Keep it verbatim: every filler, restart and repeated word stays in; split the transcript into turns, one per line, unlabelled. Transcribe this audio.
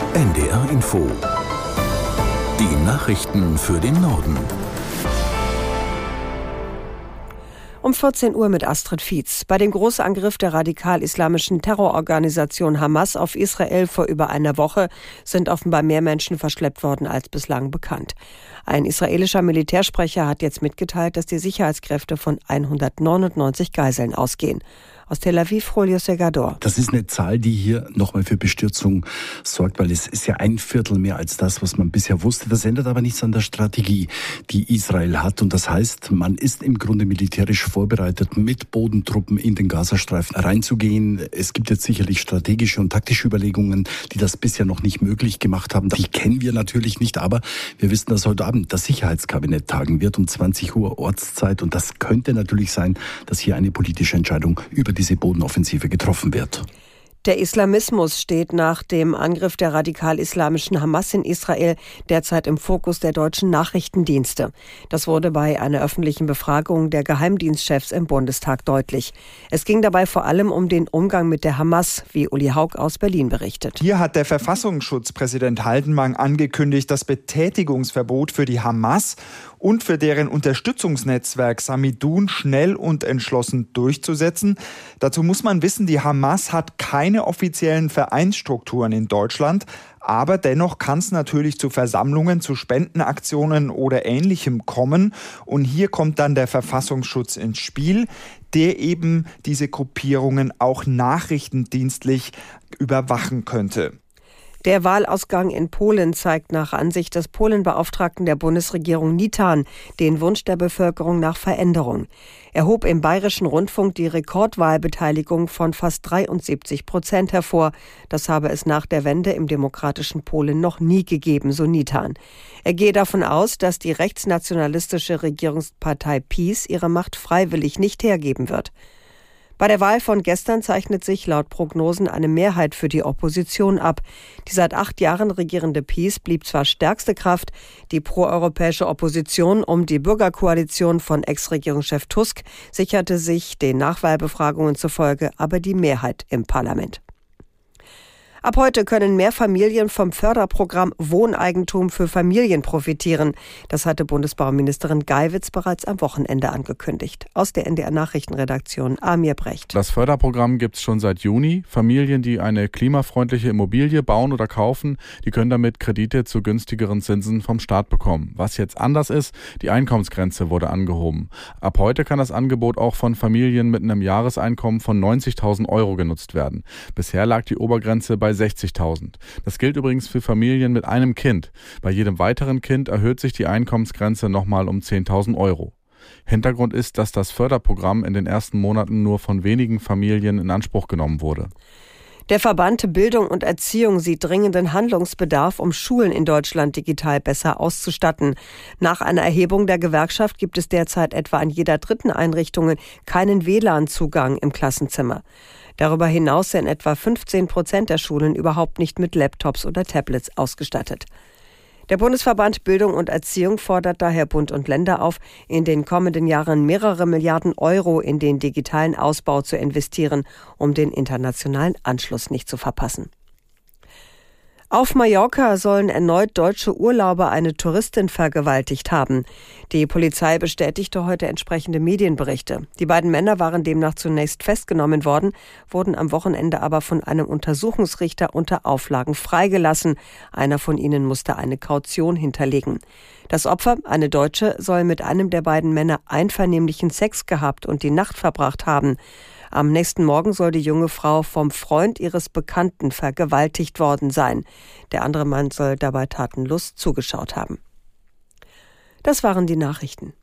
N D R Info. Die Nachrichten für den Norden.
Um vierzehn Uhr mit Astrid Fietz. Bei dem Großangriff der radikal-islamischen Terrororganisation Hamas auf Israel vor über einer Woche sind offenbar mehr Menschen verschleppt worden als bislang bekannt. Ein israelischer Militärsprecher hat jetzt mitgeteilt, dass die Sicherheitskräfte von hundertneunundneunzig Geiseln ausgehen. Aus Tel Aviv, Julio Segador.
Das ist eine Zahl, die hier nochmal für Bestürzung sorgt, weil es ist ja ein Viertel mehr als das, was man bisher wusste. Das ändert aber nichts an der Strategie, die Israel hat. Und das heißt, man ist im Grunde militärisch vorbereitet, mit Bodentruppen in den Gazastreifen reinzugehen. Es gibt jetzt sicherlich strategische und taktische Überlegungen, die das bisher noch nicht möglich gemacht haben. Die kennen wir natürlich nicht, aber wir wissen, dass heute Abend das Sicherheitskabinett tagen wird um zwanzig Uhr Ortszeit. Und das könnte natürlich sein, dass hier eine politische Entscheidung über diese Bodenoffensive getroffen wird.
Der Islamismus steht nach dem Angriff der radikal-islamischen Hamas in Israel derzeit im Fokus der deutschen Nachrichtendienste. Das wurde bei einer öffentlichen Befragung der Geheimdienstchefs im Bundestag deutlich. Es ging dabei vor allem um den Umgang mit der Hamas, wie Uli Haug aus Berlin berichtet.
Hier hat der Verfassungsschutzpräsident Haldenwang angekündigt, das Betätigungsverbot für die Hamas und für deren Unterstützungsnetzwerk Samidun schnell und entschlossen durchzusetzen. Dazu muss man wissen, die Hamas hat keine offiziellen Vereinsstrukturen in Deutschland, aber dennoch kann es natürlich zu Versammlungen, zu Spendenaktionen oder Ähnlichem kommen. Und hier kommt dann der Verfassungsschutz ins Spiel, der eben diese Gruppierungen auch nachrichtendienstlich überwachen könnte.
Der Wahlausgang in Polen zeigt nach Ansicht des Polenbeauftragten der Bundesregierung Nitan den Wunsch der Bevölkerung nach Veränderung. Er hob im Bayerischen Rundfunk die Rekordwahlbeteiligung von fast dreiundsiebzig Prozent hervor. Das habe es nach der Wende im demokratischen Polen noch nie gegeben, so Nitan. Er gehe davon aus, dass die rechtsnationalistische Regierungspartei PiS ihre Macht freiwillig nicht hergeben wird. Bei der Wahl von gestern zeichnet sich laut Prognosen eine Mehrheit für die Opposition ab. Die seit acht Jahren regierende PiS blieb zwar stärkste Kraft, die proeuropäische Opposition um die Bürgerkoalition von Ex-Regierungschef Tusk sicherte sich den Nachwahlbefragungen zufolge aber die Mehrheit im Parlament. Ab heute können mehr Familien vom Förderprogramm Wohneigentum für Familien profitieren. Das hatte Bundesbauministerin Geiwitz bereits am Wochenende angekündigt. Aus der N D R-Nachrichtenredaktion Amir Brecht.
Das Förderprogramm gibt es schon seit Juni. Familien, die eine klimafreundliche Immobilie bauen oder kaufen, die können damit Kredite zu günstigeren Zinsen vom Staat bekommen. Was jetzt anders ist, die Einkommensgrenze wurde angehoben. Ab heute kann das Angebot auch von Familien mit einem Jahreseinkommen von neunzigtausend Euro genutzt werden. Bisher lag die Obergrenze bei sechzigtausend. Das gilt übrigens für Familien mit einem Kind. Bei jedem weiteren Kind erhöht sich die Einkommensgrenze nochmal um zehntausend Euro. Hintergrund ist, dass das Förderprogramm in den ersten Monaten nur von wenigen Familien in Anspruch genommen wurde.
Der Verband Bildung und Erziehung sieht dringenden Handlungsbedarf, um Schulen in Deutschland digital besser auszustatten. Nach einer Erhebung der Gewerkschaft gibt es derzeit etwa an jeder dritten Einrichtung keinen W L A N-Zugang im Klassenzimmer. Darüber hinaus sind etwa fünfzehn Prozent der Schulen überhaupt nicht mit Laptops oder Tablets ausgestattet. Der Bundesverband Bildung und Erziehung fordert daher Bund und Länder auf, in den kommenden Jahren mehrere Milliarden Euro in den digitalen Ausbau zu investieren, um den internationalen Anschluss nicht zu verpassen. Auf Mallorca sollen erneut deutsche Urlauber eine Touristin vergewaltigt haben. Die Polizei bestätigte heute entsprechende Medienberichte. Die beiden Männer waren demnach zunächst festgenommen worden, wurden am Wochenende aber von einem Untersuchungsrichter unter Auflagen freigelassen. Einer von ihnen musste eine Kaution hinterlegen. Das Opfer, eine Deutsche, soll mit einem der beiden Männer einvernehmlichen Sex gehabt und die Nacht verbracht haben. Am nächsten Morgen soll die junge Frau vom Freund ihres Bekannten vergewaltigt worden sein. Der andere Mann soll dabei tatenlos zugeschaut haben. Das waren die Nachrichten.